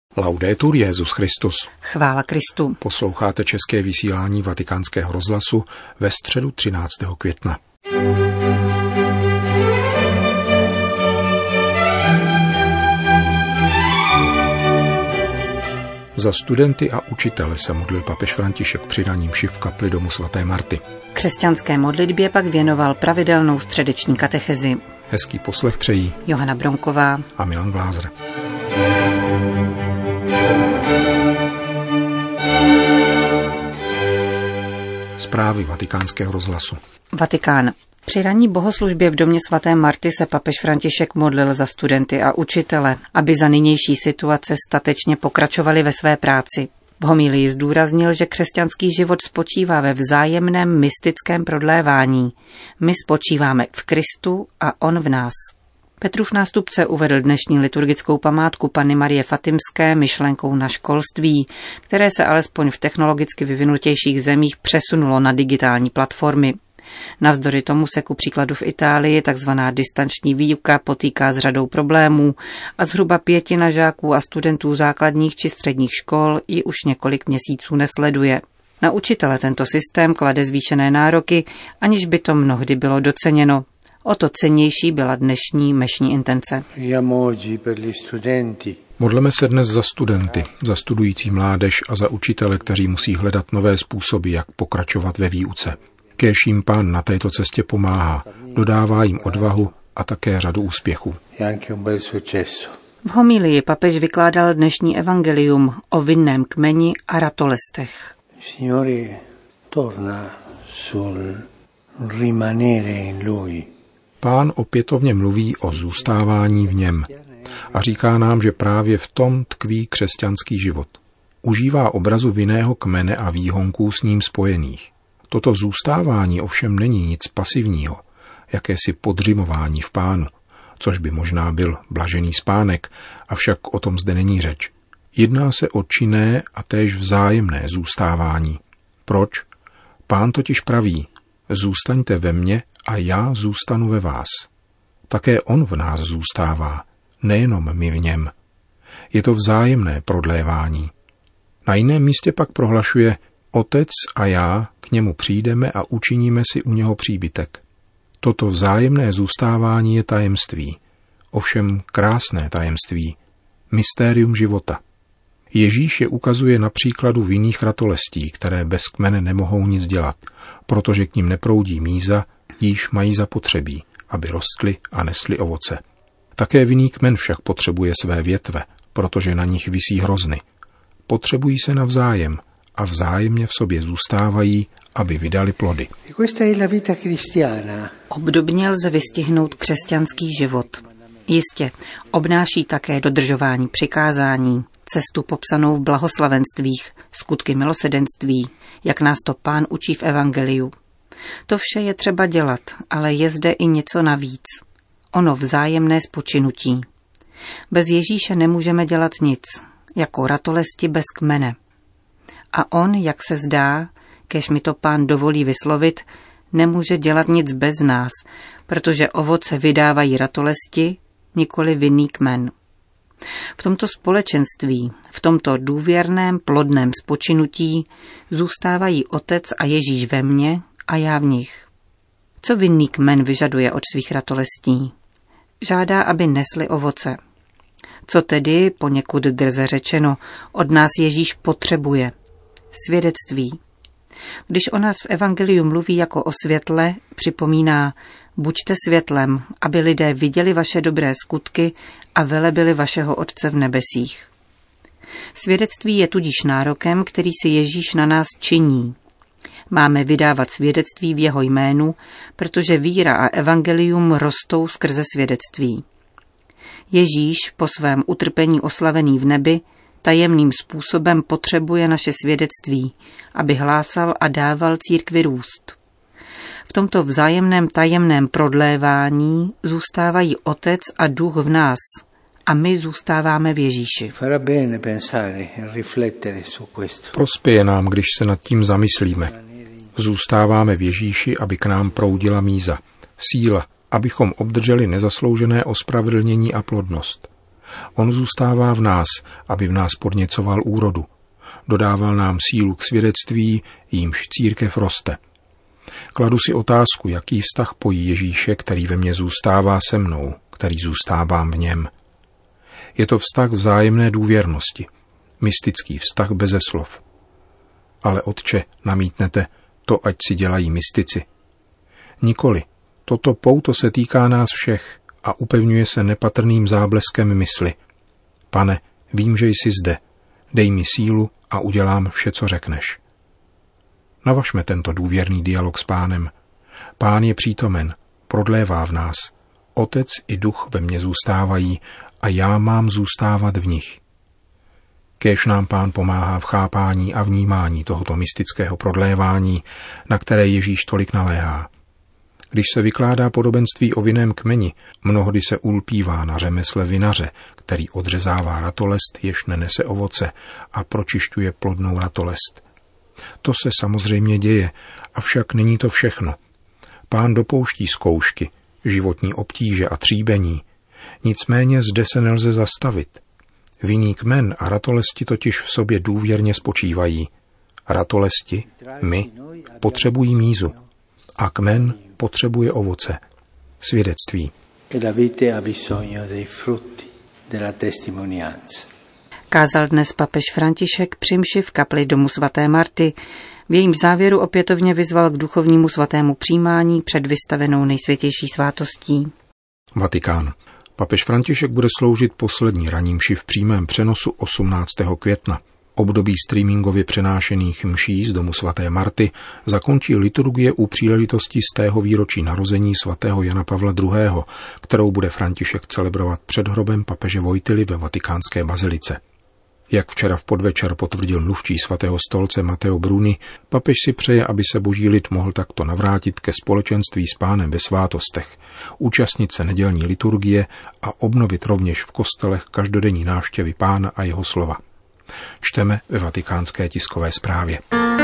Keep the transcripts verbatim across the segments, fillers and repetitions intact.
Laudetur Jesus Christus. Chvála Kristu. Posloucháte české vysílání Vatikánského rozhlasu ve středu třináctého května. Za studenty a učitele se modlil papež František při ranní mši v kapli domu svaté Marty. Křesťanské modlitbě pak věnoval pravidelnou středeční katechezi. Hezký poslech přejí Johana Bronková a Milan Glázer. Zprávy Vatikánského rozhlasu. Vatikán. Při ranní bohoslužbě v domě svaté Marty se papež František modlil za studenty a učitele, aby za nynější situace statečně pokračovali ve své práci. V homílii zdůraznil, že křesťanský život spočívá ve vzájemném mystickém prodlévání. My spočíváme v Kristu a on v nás. Petrův nástupce uvedl dnešní liturgickou památku Panny Marie Fatimské myšlenkou na školství, které se alespoň v technologicky vyvinutějších zemích přesunulo na digitální platformy. Navzdory tomu se ku příkladu v Itálii takzvaná distanční výuka potýká s řadou problémů a zhruba pětina žáků a studentů základních či středních škol ji už několik měsíců nesleduje. Na učitele tento systém klade zvýšené nároky, aniž by to mnohdy bylo doceněno. O to cennější byla dnešní mešní intence. Modleme se dnes za studenty, za studující mládež a za učitele, kteří musí hledat nové způsoby, jak pokračovat ve výuce. Kéž jim Pán na této cestě pomáhá, dodává jim odvahu a také řadu úspěchů. V homílii papež vykládal dnešní evangelium o vinném kmeni a ratolestech. Signore, torna sul rimanere in lui. Pán opětovně mluví o zůstávání v něm a říká nám, že právě v tom tkví křesťanský život. Užívá obrazu vinného kmene a výhonků s ním spojených. Toto zůstávání ovšem není nic pasivního, jakési podřimování v Pánu, což by možná byl blažený spánek, avšak o tom zde není řeč. Jedná se o činné a též vzájemné zůstávání. Proč? Pán totiž praví, zůstaňte ve mně a já zůstanu ve vás. Také on v nás zůstává, nejenom my v něm. Je to vzájemné prodlévání. Na jiném místě pak prohlašuje, Otec a já k němu přijdeme a učiníme si u něho příbytek. Toto vzájemné zůstávání je tajemství, ovšem krásné tajemství, mystérium života. Ježíš je ukazuje na příkladu vinných ratolestí, které bez kmene nemohou nic dělat, protože k nim neproudí míza, jíž mají zapotřebí, aby rostly a nesly ovoce. Také vinný kmen však potřebuje své větve, protože na nich visí hrozny. Potřebují se navzájem a vzájemně v sobě zůstávají, aby vydali plody. Obdobně lze vystihnout křesťanský život. Jistě, obnáší také dodržování přikázání, cestu popsanou v blahoslavenstvích, skutky milosedenství, jak nás to Pán učí v evangeliu. To vše je třeba dělat, ale je zde i něco navíc. Ono vzájemné spočinutí. Bez Ježíše nemůžeme dělat nic, jako ratolesti bez kmene. A on, jak se zdá, kéž mi to Pán dovolí vyslovit, nemůže dělat nic bez nás, protože ovoce vydávají ratolesti, nikoli vinný kmen. V tomto společenství, v tomto důvěrném plodném spočinutí zůstávají Otec a Ježíš ve mně a já v nich. Co vinný kmen vyžaduje od svých ratolestí? Žádá, aby nesli ovoce. Co tedy, poněkud drze řečeno, od nás Ježíš potřebuje? Svědectví. Když o nás v evangeliu mluví jako o světle, připomíná, buďte světlem, aby lidé viděli vaše dobré skutky a velebili vašeho Otce v nebesích. Svědectví je tudíž nárokem, který si Ježíš na nás činí. Máme vydávat svědectví v jeho jménu, protože víra a evangelium rostou skrze svědectví. Ježíš, po svém utrpení oslavený v nebi, tajemným způsobem potřebuje naše svědectví, aby hlásal a dával církvi růst. V tomto vzájemném tajemném prodlévání zůstávají Otec a Duch v nás a my zůstáváme v Ježíši. Prospěje nám, když se nad tím zamyslíme. Zůstáváme v Ježíši, aby k nám proudila míza, síla, abychom obdrželi nezasloužené ospravedlnění a plodnost. On zůstává v nás, aby v nás podněcoval úrodu. Dodával nám sílu k svědectví, jímž církev roste. Kladu si otázku, jaký vztah pojí Ježíše, který ve mně zůstává se mnou, který zůstávám v něm. Je to vztah vzájemné důvěrnosti, mystický vztah beze slov. Ale otče, namítnete, to ať si dělají mystici. Nikoli, toto pouto se týká nás všech a upevňuje se nepatrným zábleskem mysli. Pane, vím, že jsi zde, dej mi sílu a udělám vše, co řekneš. Navažme tento důvěrný dialog s Pánem. Pán je přítomen, prodlévá v nás. Otec i duch ve mně zůstávají a já mám zůstávat v nich. Kéž nám Pán pomáhá v chápání a vnímání tohoto mystického prodlévání, na které Ježíš tolik naléhá. Když se vykládá podobenství o vinném kmeni, mnohdy se ulpívá na řemesle vinaře, který odřezává ratolest, jež nenese ovoce a pročišťuje plodnou ratolest. To se samozřejmě děje, avšak není to všechno. Pán dopouští zkoušky, životní obtíže a tříbení. Nicméně zde se nelze zastavit. Vinný kmen a ratolesti totiž v sobě důvěrně spočívají. Ratolesti, my, potřebují mízu a kmen potřebuje ovoce, svědectví. Kázal dnes papež František při mši v kapli domu svaté Marty. V jejím závěru opětovně vyzval k duchovnímu svatému přijímání před vystavenou nejsvětější svátostí. Vatikán. Papež František bude sloužit poslední ranní mši v přímém přenosu osmnáctého května. Období streamingově přenášených mší z domu svaté Marty zakončí liturgie u příležitosti stého výročí narození svatého Jana Pavla druhého., kterou bude František celebrovat před hrobem papeže Vojtily ve vatikánské bazilice. Jak včera v podvečer potvrdil mluvčí svatého stolce Matteo Bruni, papež si přeje, aby se boží lid mohl takto navrátit ke společenství s Pánem ve svátostech, účastnit se nedělní liturgie a obnovit rovněž v kostelech každodenní návštěvy Pána a jeho slova. Čteme ve vatikánské tiskové zprávě.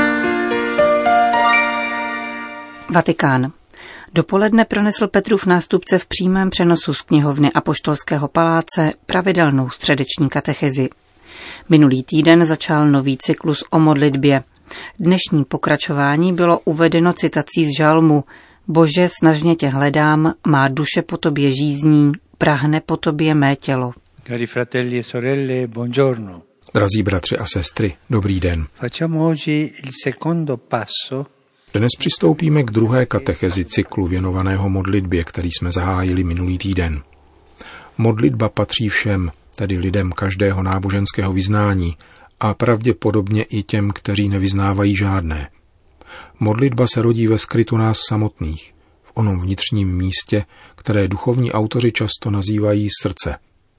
Vatikán. Dopoledne pronesl Petrův nástupce v přímém přenosu z knihovny Apoštolského paláce pravidelnou středeční katechezi. Minulý týden začal nový cyklus o modlitbě. Dnešní pokračování bylo uvedeno citací z žalmu: Bože, snažně tě hledám, má duše po tobě žízní, prahne po tobě mé tělo. Cari fratelli e sorelle, buongiorno. Drazí bratři a sestry, dobrý den. Facciamo oggi il secondo passo. Dnes přistoupíme k druhé katechezi cyklu věnovaného modlitbě, který jsme zahájili minulý týden. Modlitba patří všem, tedy lidem každého náboženského vyznání a pravděpodobně i těm, kteří nevyznávají žádné. Modlitba se rodí ve skrytu nás samotných, v onom vnitřním místě, které duchovní autoři často nazývají srdce.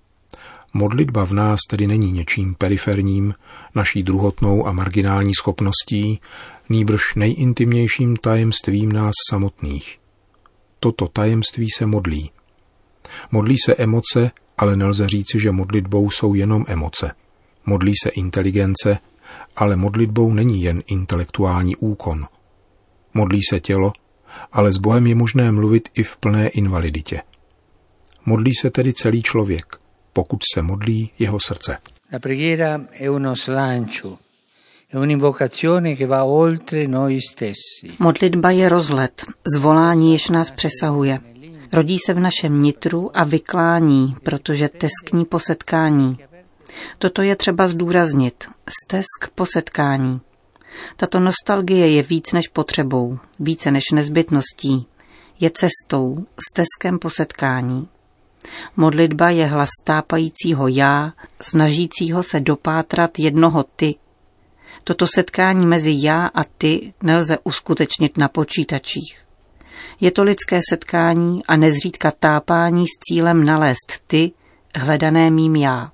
Modlitba v nás tedy není něčím periferním, naší druhotnou a marginální schopností, nýbrž nejintimnějším tajemstvím nás samotných. Toto tajemství se modlí. Modlí se emoce, ale nelze říci, že modlitbou jsou jenom emoce. Modlí se inteligence, ale modlitbou není jen intelektuální úkon. Modlí se tělo, ale s Bohem je možné mluvit i v plné invaliditě. Modlí se tedy celý člověk, pokud se modlí jeho srdce. La preghiera è uno slancio, è un'invocazione che va oltre noi stessi. Modlitba je rozlet, zvolání, jež nás přesahuje. Rodí se v našem nitru a vyklání, protože teskní po setkání. Toto je třeba zdůraznit. Stesk po setkání. Tato nostalgie je víc než potřebou, více než nezbytností. Je cestou, steskem po setkání. Modlitba je hlas tápajícího já, snažícího se dopátrat jednoho ty. Toto setkání mezi já a ty nelze uskutečnit na počítačích. Je to lidské setkání a nezřídka tápání s cílem nalézt ty, hledané mým já.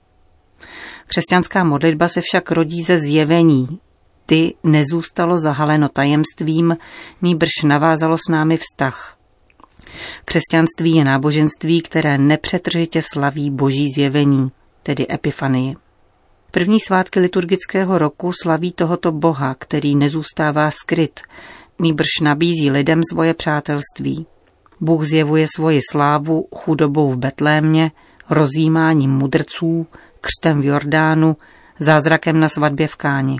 Křesťanská modlitba se však rodí ze zjevení. Ty nezůstalo zahaleno tajemstvím, nýbrž navázalo s námi vztah. Křesťanství je náboženství, které nepřetržitě slaví boží zjevení, tedy epifanii. První svátky liturgického roku slaví tohoto Boha, který nezůstává skryt, nýbrž nabízí lidem svoje přátelství. Bůh zjevuje svoji slávu chudobou v Betlémě, rozjímáním mudrců, křtem v Jordánu, zázrakem na svatbě v Káni.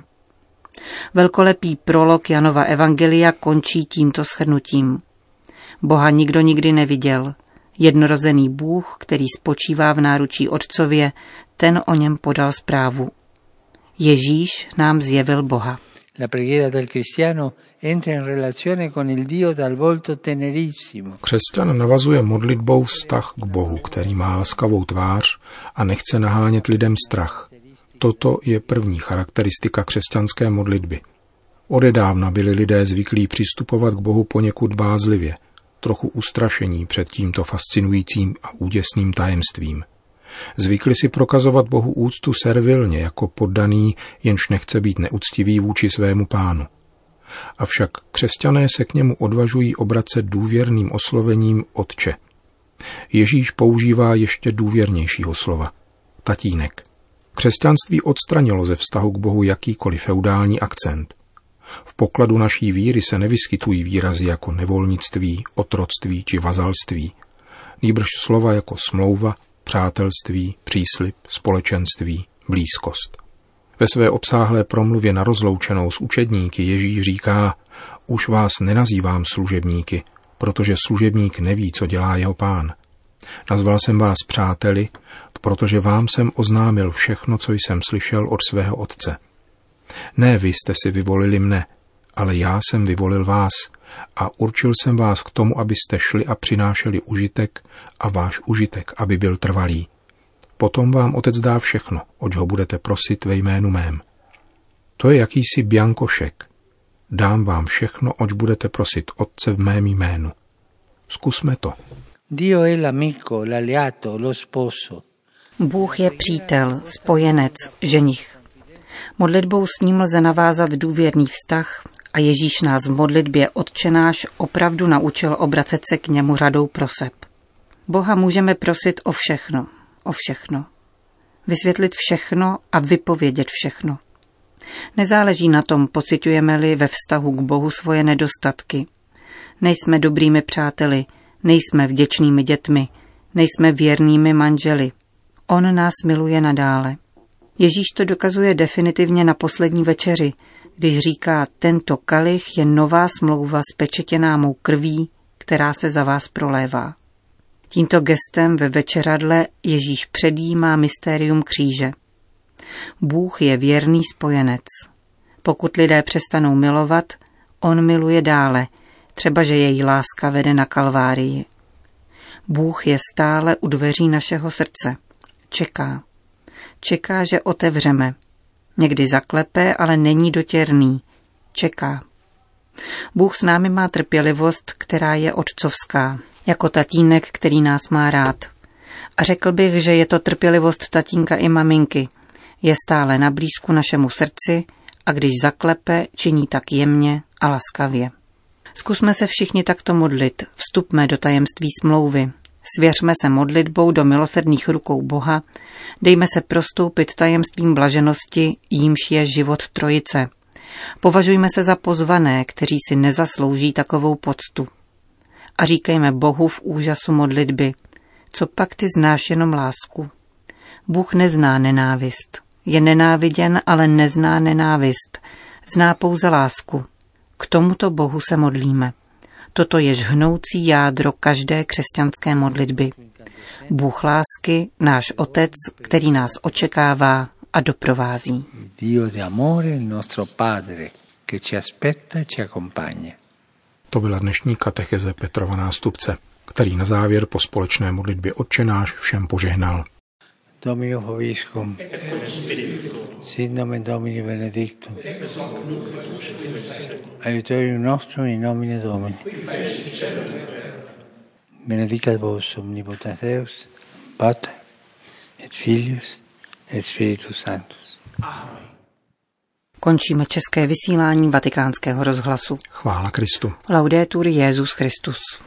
Velkolepý prolog Janova evangelia končí tímto shrnutím. Boha nikdo nikdy neviděl. Jednorozený Bůh, který spočívá v náručí Otcově, ten o něm podal zprávu. Ježíš nám zjevil Boha. La preghiera del cristiano entra in relazione con il Dio dal volto tenerissimo. Křesťan navazuje modlitbou vztah k Bohu, který má laskavou tvář a nechce nahánět lidem strach. Toto je první charakteristika křesťanské modlitby. Odedávna byli lidé zvyklí přistupovat k Bohu poněkud bázlivě, trochu ustrašení před tímto fascinujícím a úděsným tajemstvím. Zvykli si prokazovat Bohu úctu servilně, jako poddaný, jenž nechce být neúctivý vůči svému pánu. Avšak křesťané se k němu odvažují obracet důvěrným oslovením Otče. Ježíš používá ještě důvěrnějšího slova. Tatínek. Křesťanství odstranilo ze vztahu k Bohu jakýkoliv feudální akcent. V pokladu naší víry se nevyskytují výrazy jako nevolnictví, otroctví či vazalství, nýbrž slova jako smlouva, přátelství, příslib, společenství, blízkost. Ve své obsáhlé promluvě na rozloučenou s učedníky Ježíš říká: už vás nenazývám služebníky, protože služebník neví, co dělá jeho pán. Nazval jsem vás přáteli, protože vám jsem oznámil všechno, co jsem slyšel od svého Otce. Ne vy jste si vyvolili mne, ale já jsem vyvolil vás a určil jsem vás k tomu, abyste šli a přinášeli užitek a váš užitek, aby byl trvalý. Potom vám Otec dá všechno, oč ho budete prosit ve jménu mém. To je jakýsi biankošek. Dám vám všechno, oč budete prosit Otce v mém jménu. Zkusme to. Dio è l'amico, l'alleato, lo sposo. Bůh je přítel, spojenec, ženich. Modlitbou s ním lze navázat důvěrný vztah a Ježíš nás v modlitbě Otče náš opravdu naučil obracet se k němu řadou proseb. Boha můžeme prosit o všechno, o všechno. Vysvětlit všechno a vypovědět všechno. Nezáleží na tom, pociťujeme-li ve vztahu k Bohu svoje nedostatky. Nejsme dobrými přáteli, nejsme vděčnými dětmi, nejsme věrnými manželi. On nás miluje nadále. Ježíš to dokazuje definitivně na poslední večeři, když říká: tento kalich je nová smlouva spečetěná mou krví, která se za vás prolévá. Tímto gestem ve večeradle Ježíš předjímá mystérium kříže. Bůh je věrný spojenec. Pokud lidé přestanou milovat, on miluje dále, třeba že její láska vede na Kalvárii. Bůh je stále u dveří našeho srdce. Čeká. Čeká, že otevřeme. Někdy zaklepe, ale není dotěrný. Čeká. Bůh s námi má trpělivost, která je otcovská, jako tatínek, který nás má rád. A řekl bych, že je to trpělivost tatínka i maminky. Je stále na blízku našemu srdci a když zaklepe, činí tak jemně a laskavě. Zkusme se všichni takto modlit, vstupme do tajemství smlouvy. Svěřme se modlitbou do milosrdných rukou Boha, dejme se prostoupit tajemstvím blaženosti, jímž je život trojice. Považujme se za pozvané, kteří si nezaslouží takovou poctu. A říkejme Bohu v úžasu modlitby: co pak ty znáš jenom lásku? Bůh nezná nenávist. Je nenáviděn, ale nezná nenávist. Zná pouze lásku. K tomuto Bohu se modlíme. Toto je žhnoucí jádro každé křesťanské modlitby. Bůh lásky, náš Otec, který nás očekává a doprovází. Dio di amore, il nostro Padre, che ci aspetta e ci accompagna. To byla dnešní katecheze Petrova nástupce, který na závěr po společné modlitbě Otče náš všem požehnal. Domino vobiscum, sit nomen Domini benedictum, aiutorium nostrum in nomine Domini. Benedicat vos omnipotens Deus, Pater et Filius et Spiritus Sanctus. Končíme české vysílání Vatikánského rozhlasu. Chvála Kristu. Laudetur Jesus Christus.